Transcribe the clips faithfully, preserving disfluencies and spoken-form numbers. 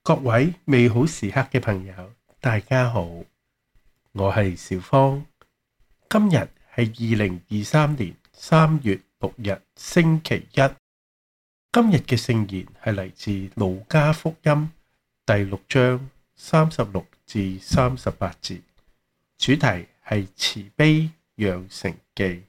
各位美好時刻嘅朋友，大家好，我係小芳。今日係二零二三年三月六日星期一。今日嘅聖言係嚟自路加福音第六章三十六至三十八節，主題係慈悲養成記。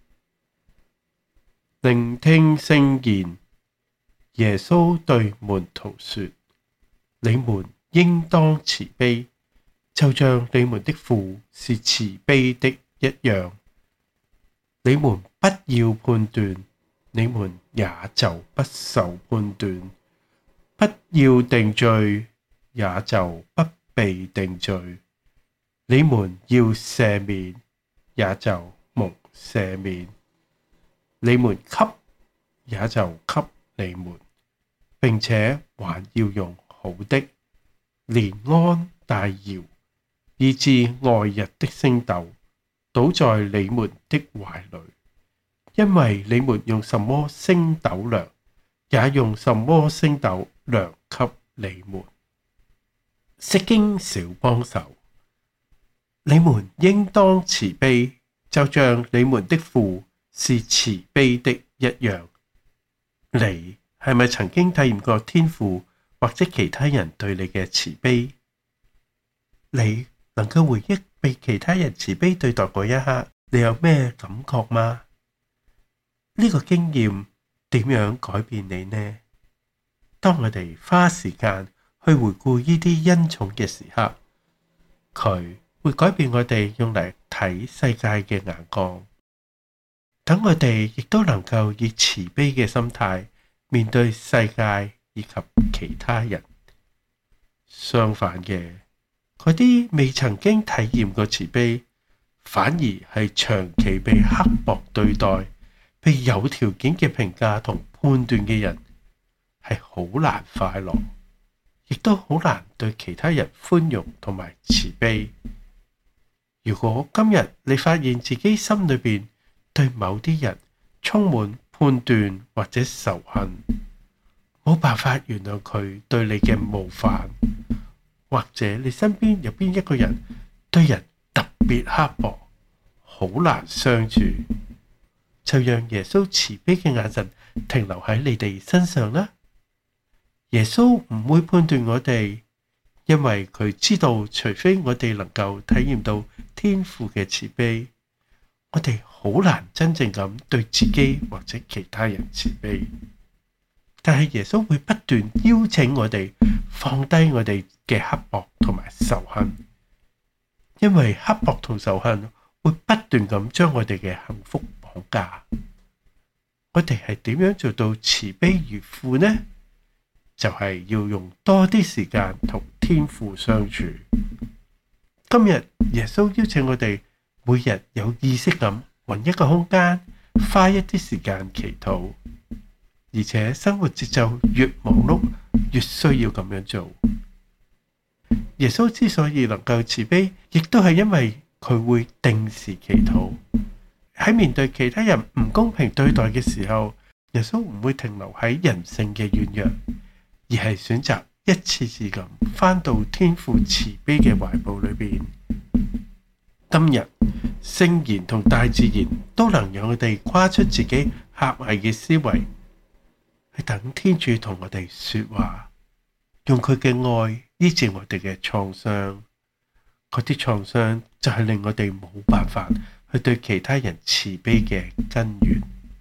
聆聽聖言。耶穌對門徒說：你們應當慈悲，就像你們的父是慈悲的一樣。你們不要判斷，你們也就不受判斷；不要定罪，也就不被定罪。你們要赦免，也就蒙赦免。你們給，也就給你們，並且還要用好的，連安帶搖，以致外溢的升斗倒在你們的懷裏。因為你們用什麼升斗量，也用什麼升斗量給你們。釋經小幫手。你們應當慈悲，就像你們的父是慈悲的一樣。你係咪曾經體驗過天父或者其他人對你嘅慈悲？你能夠回憶被其他人慈悲對待嗰一刻，你有咩感覺嗎？呢個經驗點樣改變你呢？當我哋花時間去回顧呢啲恩寵嘅時刻，佢會改變我哋用嚟睇世界嘅眼光，等我哋亦都能夠以慈悲嘅心態面對世界以及其他人。相反嘅，嗰啲未曾經體驗過慈悲，反而係長期被刻薄對待、被有條件嘅評價同判斷嘅人，係好難快樂，亦都好難對其他人寬容同埋慈悲。如果今日你發現自己心裏邊對某啲人充滿判斷或者仇恨，冇辦法原諒佢對你嘅冒犯，或者你身邊有邊一個人對人特別刻薄，好難相處，就讓耶穌慈悲嘅眼神停留喺你哋身上啦。耶穌唔會判斷我哋，因為佢知道除非我哋能夠體驗到天父嘅慈悲，我哋好難真正咁對自己或者其他人慈悲。但係耶穌會不斷邀請我哋放低我哋嘅刻薄同埋仇恨，因為刻薄同仇恨會不斷咁將我哋嘅幸福綁架。我哋係點樣做到慈悲如父呢？就係要用多啲時間同天父相處。今日耶穌邀請我哋每日有意識咁揾一個空間，花一啲時間祈禱，而且生活節奏越忙碌，越需要咁樣做。耶穌之所以能夠慈悲，亦都係因為佢會定時祈禱。喺面對其他人唔公平對待嘅時候，耶穌唔會停留喺人性嘅軟弱，而係選擇一次次咁返到天父慈悲嘅懷抱裏邊。今日聖言同大自然都能讓我哋跨出自己狹隘嘅思維，去等天主同我哋說話，用佢嘅愛醫治我哋嘅創傷。嗰啲創傷就係令我哋冇辦法去對其他人慈悲嘅根源。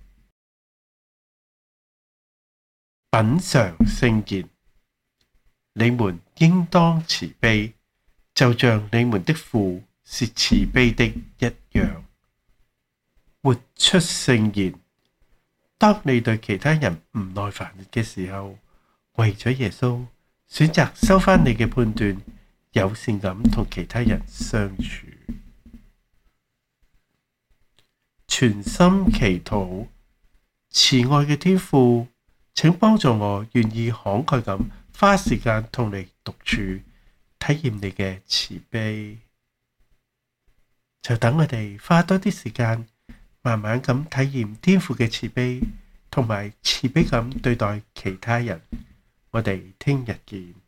品嚐聖言。你們應當慈悲，就像你們的父是慈悲的一樣。活出聖言。當你對其他人唔耐煩嘅時候，為咗耶穌，選擇收返你嘅判斷，友善咁同其他人相處。全心祈禱。慈愛嘅天父，請幫助我願意慷慨咁花時間同你獨處，體驗你嘅慈悲。就等我哋花多啲時間，慢慢咁體驗天父嘅慈悲，同埋慈悲咁對待其他人。我哋聽日見。